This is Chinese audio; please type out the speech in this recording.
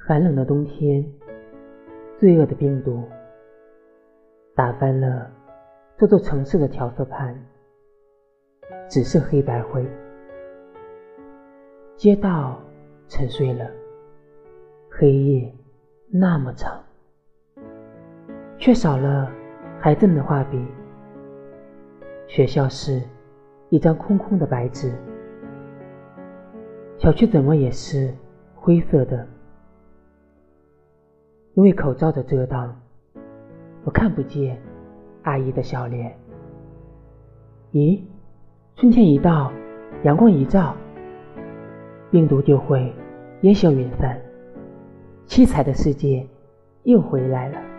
寒冷的冬天，罪恶的病毒打翻了这座城市的调色盘，只剩黑白灰。街道沉睡了，黑夜那么长，却少了孩子们的画笔。学校是一张空空的白纸，小区怎么也是灰色的，因为口罩的遮挡，我看不见阿姨的笑脸。咦，春天一到，阳光一照，病毒就会烟消云散，七彩的世界又回来了。